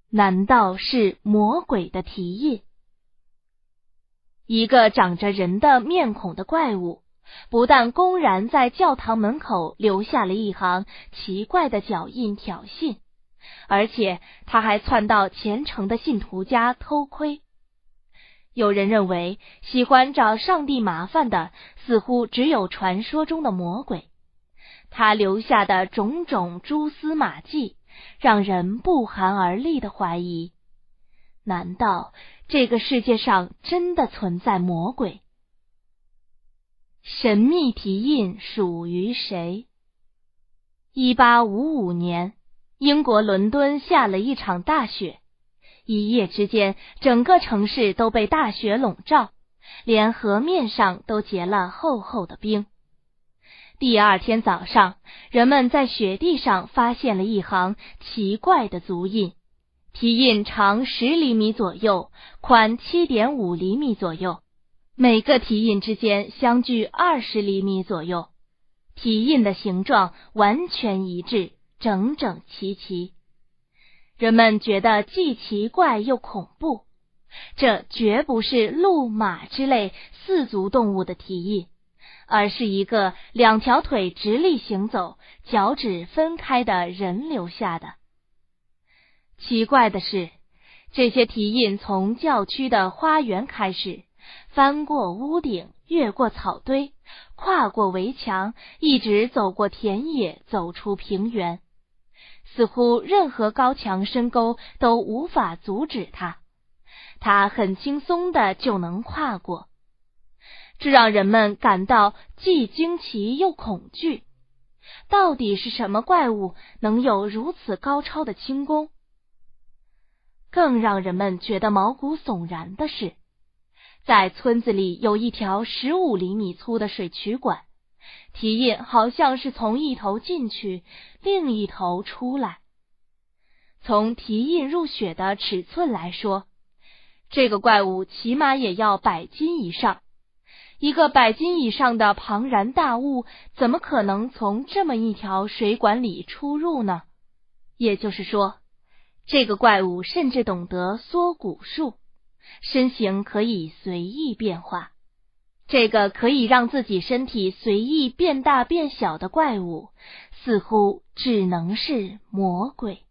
难道是魔鬼的蹄印？一个长着人的面孔的怪物，不但公然在教堂门口留下了一行奇怪的脚印挑衅，而且他还窜到虔诚的信徒家偷窥。有人认为，喜欢找上帝麻烦的似乎只有传说中的魔鬼，他留下的种种蛛丝马迹让人不寒而栗地怀疑，难道这个世界上真的存在魔鬼？神秘蹄印属于谁？1855年，英国伦敦下了一场大雪，一夜之间，整个城市都被大雪笼罩，连河面上都结了厚厚的冰。第二天早上，人们在雪地上发现了一行奇怪的足印，蹄印长10厘米左右，宽7.5厘米左右，每个蹄印之间相距20厘米左右，蹄印的形状完全一致，整整齐齐。人们觉得既奇怪又恐怖，这绝不是鹿、马之类四足动物的蹄印，而是一个2条腿直立行走、脚趾分开的人留下的。奇怪的是，这些蹄印从教区的花园开始，翻过屋顶，越过草堆，跨过围墙，一直走过田野，走出平原。似乎任何高墙深沟都无法阻止他，他很轻松的就能跨过。这让人们感到既惊奇又恐惧。到底是什么怪物能有如此高超的轻功？更让人们觉得毛骨悚然的是，在村子里有一条15厘米粗的水渠管，蹄印好像是从一头进去，另一头出来。从蹄印入血的尺寸来说，这个怪物起码也要100斤以上。一个100斤以上的庞然大物，怎么可能从这么一条水管里出入呢？也就是说，这个怪物甚至懂得缩骨术，身形可以随意变化。这个可以让自己身体随意变大变小的怪物，似乎只能是魔鬼。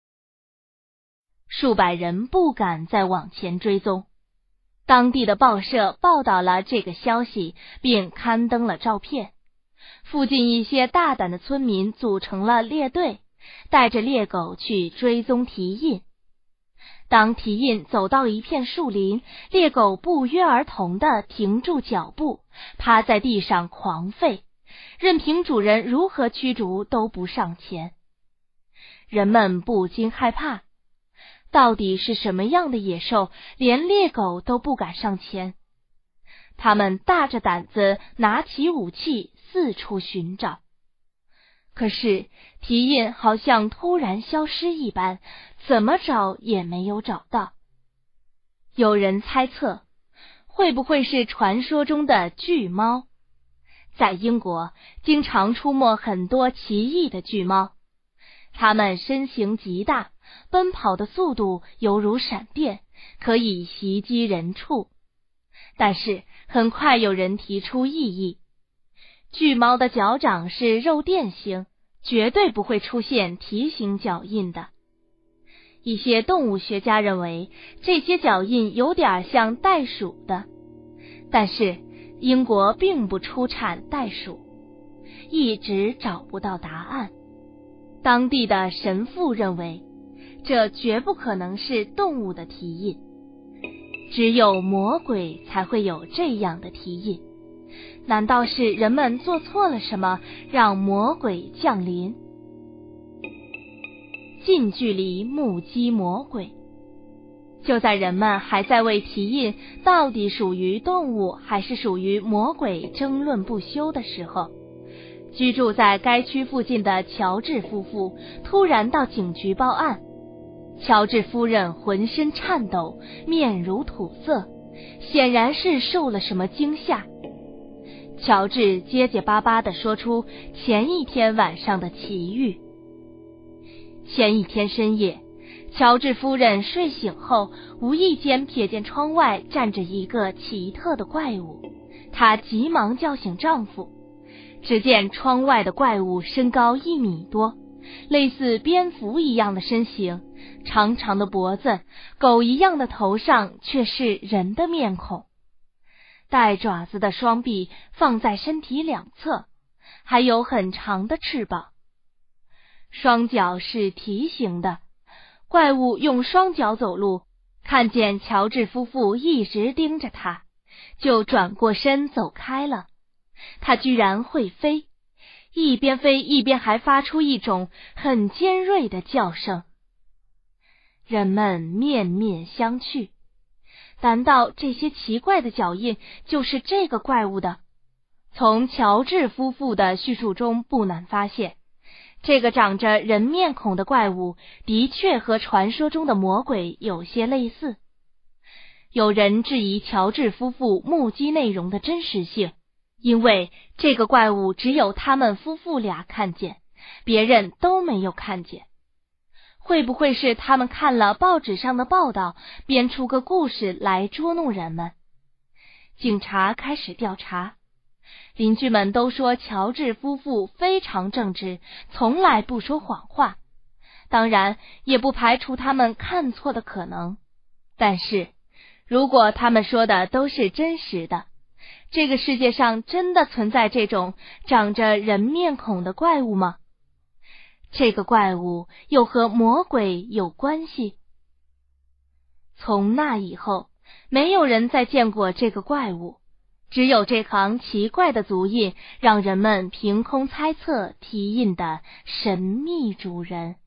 数百人不敢再往前追踪。当地的报社报道了这个消息，并刊登了照片。附近一些大胆的村民组成了猎队，带着猎狗去追踪蹄印。当蹄印走到一片树林，猎狗不约而同地停住脚步，趴在地上狂吠，任凭主人如何驱逐都不上前。人们不禁害怕，到底是什么样的野兽，连猎狗都不敢上前？他们大着胆子拿起武器四处寻找。可是蹄印好像突然消失一般，怎么找也没有找到。有人猜测，会不会是传说中的巨猫？在英国，经常出没很多奇异的巨猫，它们身形极大，奔跑的速度犹如闪电，可以袭击人畜。但是很快有人提出异议，巨猫的脚掌是肉垫形，绝对不会出现蹄形脚印的。一些动物学家认为这些脚印有点像袋鼠的，但是英国并不出产袋鼠，一直找不到答案。当地的神父认为，这绝不可能是动物的蹄印，只有魔鬼才会有这样的蹄印。难道是人们做错了什么，让魔鬼降临？近距离目击魔鬼。就在人们还在为蹄印到底属于动物还是属于魔鬼争论不休的时候，居住在该区附近的乔治夫妇突然到警局报案。乔治夫人浑身颤抖，面如土色，显然是受了什么惊吓。乔治结结巴巴地说出前一天晚上的奇遇。前一天深夜， 乔治夫人睡醒后，无意间瞥见窗外站着一个奇特的怪物，她急忙叫醒丈夫。只见窗外的怪物身高1米多，类似蝙蝠一样的身形，长长的脖子，狗一样的头上却是人的面孔，带爪子的双臂放在身体两侧，还有很长的翅膀，双脚是蹄形的。怪物用双脚走路，看见乔治夫妇一直盯着他，就转过身走开了。他居然会飞，一边飞一边还发出一种很尖锐的叫声。人们面面相觑，难道这些奇怪的脚印就是这个怪物的？从乔治夫妇的叙述中不难发现，这个长着人面孔的怪物的确和传说中的魔鬼有些类似。有人质疑乔治夫妇目击内容的真实性，因为这个怪物只有他们夫妇俩看见，别人都没有看见。会不会是他们看了报纸上的报道，编出个故事来捉弄人们？警察开始调查，邻居们都说乔治夫妇非常正直，从来不说谎话，当然也不排除他们看错的可能。但是如果他们说的都是真实的，这个世界上真的存在这种长着人面孔的怪物吗？这个怪物又和魔鬼有关系？从那以后，没有人再见过这个怪物，只有这行奇怪的足印让人们凭空猜测蹄印的神秘主人。